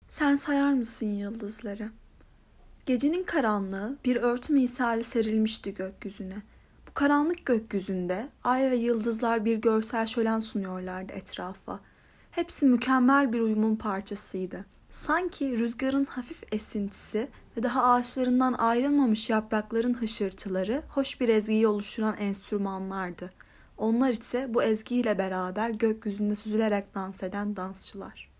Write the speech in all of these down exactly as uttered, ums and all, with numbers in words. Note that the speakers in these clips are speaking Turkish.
Sen sayar mısın yıldızları? Gecenin karanlığı bir örtü misali serilmişti gökyüzüne. Bu karanlık gökyüzünde ay ve yıldızlar bir görsel şölen sunuyorlardı etrafa. Hepsi mükemmel bir uyumun parçasıydı. Sanki rüzgarın hafif esintisi ve daha ağaçlarından ayrılmamış yaprakların hışırtıları hoş bir ezgiyi oluşturan enstrümanlardı. Onlar ise bu ezgiyle beraber gökyüzünde süzülerek dans eden dansçılar.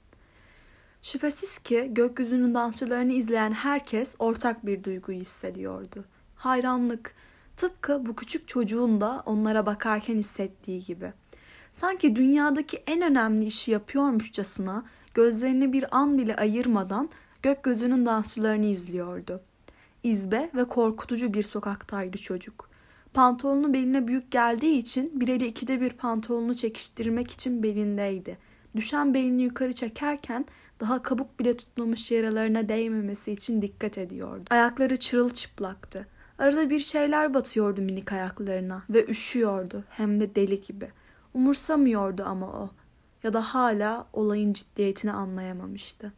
Şüphesiz ki gökyüzünün dansçılarını izleyen herkes ortak bir duyguyu hissediyordu. Hayranlık, tıpkı bu küçük çocuğun da onlara bakarken hissettiği gibi. Sanki dünyadaki en önemli işi yapıyormuşçasına gözlerini bir an bile ayırmadan gökyüzünün dansçılarını izliyordu. İzbe ve korkutucu bir sokaktaydı çocuk. Pantolonu beline büyük geldiği için bir eli ikide bir pantolonunu çekiştirmek için belindeydi. Düşen belini yukarı çekerken daha kabuk bile tutmamış yaralarına değmemesi için dikkat ediyordu. Ayakları çırılçıplaktı. Arada bir şeyler batıyordu minik ayaklarına ve üşüyordu, hem de deli gibi. Umursamıyordu ama o, ya da hala olayın ciddiyetini anlayamamıştı.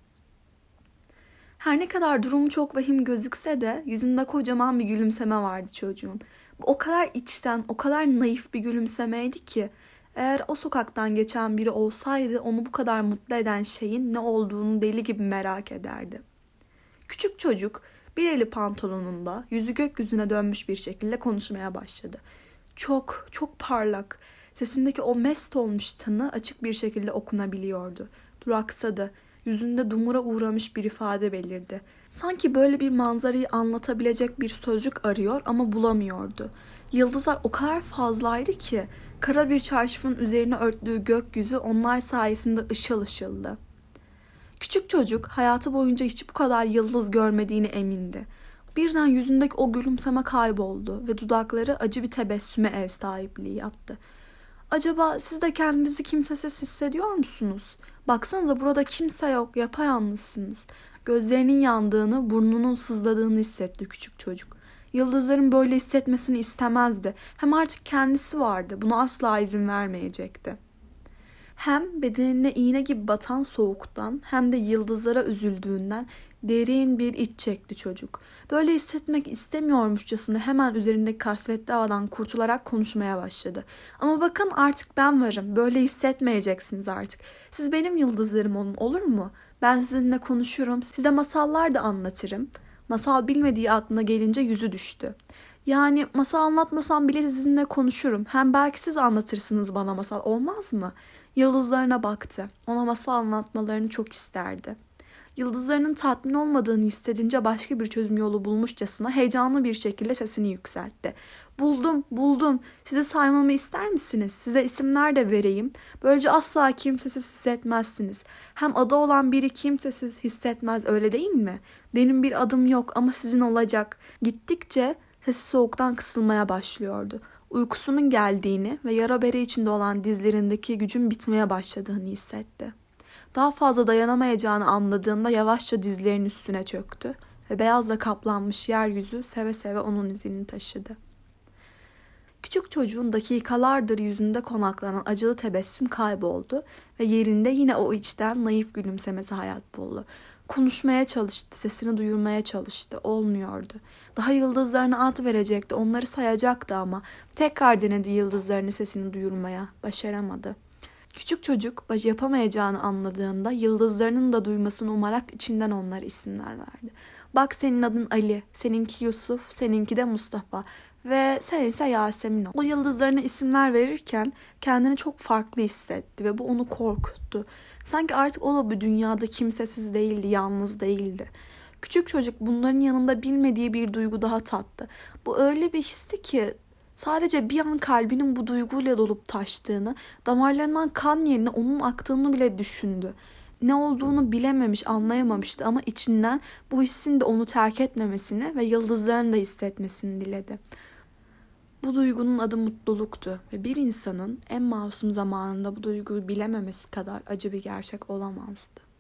Her ne kadar durumu çok vahim gözükse de yüzünde kocaman bir gülümseme vardı çocuğun. Bu o kadar içten, o kadar naif bir gülümsemeydi ki eğer o sokaktan geçen biri olsaydı onu bu kadar mutlu eden şeyin ne olduğunu deli gibi merak ederdi. Küçük çocuk bir eli pantolonunda, yüzü gökyüzüne dönmüş bir şekilde konuşmaya başladı. Çok, çok parlak, sesindeki o mest olmuş tını açık bir şekilde okunabiliyordu. Duraksadı, yüzünde dumura uğramış bir ifade belirdi. Sanki böyle bir manzarayı anlatabilecek bir sözcük arıyor ama bulamıyordu. Yıldızlar o kadar fazlaydı ki kara bir çarşafın üzerine örttüğü gökyüzü onlar sayesinde ışıl ışıldı. Küçük çocuk hayatı boyunca hiç bu kadar yıldız görmediğine emindi. Birden yüzündeki o gülümseme kayboldu ve dudakları acı bir tebessüme ev sahipliği yaptı. Acaba siz de kendinizi kimsesiz hissediyor musunuz? Baksanıza burada kimse yok, yapayalnızsınız. Gözlerinin yandığını, burnunun sızladığını hissetti küçük çocuk. Yıldızların böyle hissetmesini istemezdi. Hem artık kendisi vardı, buna asla izin vermeyecekti. Hem bedenine iğne gibi batan soğuktan hem de yıldızlara üzüldüğünden derin bir iç çekti çocuk. Böyle hissetmek istemiyormuşçasına hemen üzerindeki kasvetli havadan kurtularak konuşmaya başladı. Ama bakın artık ben varım. Böyle hissetmeyeceksiniz artık. Siz benim yıldızlarım olun, olur mu? Ben sizinle konuşurum. Size masallar da anlatırım. Masal bilmediği aklına gelince yüzü düştü. Yani masal anlatmasam bile sizinle konuşurum. Hem belki siz anlatırsınız bana masal, olmaz mı? Yıldızlarına baktı. Ona masal anlatmalarını çok isterdi. Yıldızlarının tatmin olmadığını hissedince başka bir çözüm yolu bulmuşçasına heyecanlı bir şekilde sesini yükseltti. Buldum, buldum. Sizi saymamı ister misiniz? Size isimler de vereyim. Böylece asla kimsesiz hissetmezsiniz. Hem adı olan biri kimsesiz hissetmez, öyle değil mi? Benim bir adım yok ama sizin olacak. Gittikçe sesi soğuktan kısılmaya başlıyordu. Uykusunun geldiğini ve yara bere içinde olan dizlerindeki gücün bitmeye başladığını hissetti. Daha fazla dayanamayacağını anladığında yavaşça dizlerinin üstüne çöktü ve beyazla kaplanmış yeryüzü seve seve onun izini taşıdı. Küçük çocuğun dakikalardır yüzünde konaklanan acılı tebessüm kayboldu ve yerinde yine o içten naif gülümsemesi hayat buldu. Konuşmaya çalıştı, sesini duyurmaya çalıştı. Olmuyordu. Daha yıldızlarına ad verecekti, onları sayacaktı ama tekrar denedi yıldızlarını sesini duyurmaya. Başaramadı. Küçük çocuk baş yapamayacağını anladığında yıldızlarının da duymasını umarak içinden onlara isimler verdi. Bak senin adın Ali, seninki Yusuf, seninki de Mustafa ve sen ise Yasemin ol. O yıldızlarına isimler verirken kendini çok farklı hissetti ve bu onu korkuttu. Sanki artık o da bu dünyada kimsesiz değildi, yalnız değildi. Küçük çocuk bunların yanında bilmediği bir duygu daha tattı. Bu öyle bir histi ki sadece bir an kalbinin bu duyguyla dolup taştığını, damarlarından kan yerine onun aktığını bile düşündü. Ne olduğunu bilememiş, anlayamamıştı ama içinden bu hissin de onu terk etmemesini ve yıldızlarını da hissetmesini diledi. Bu duygunun adı mutluluktu ve bir insanın en masum zamanında bu duyguyu bilememesi kadar acı bir gerçek olamazdı.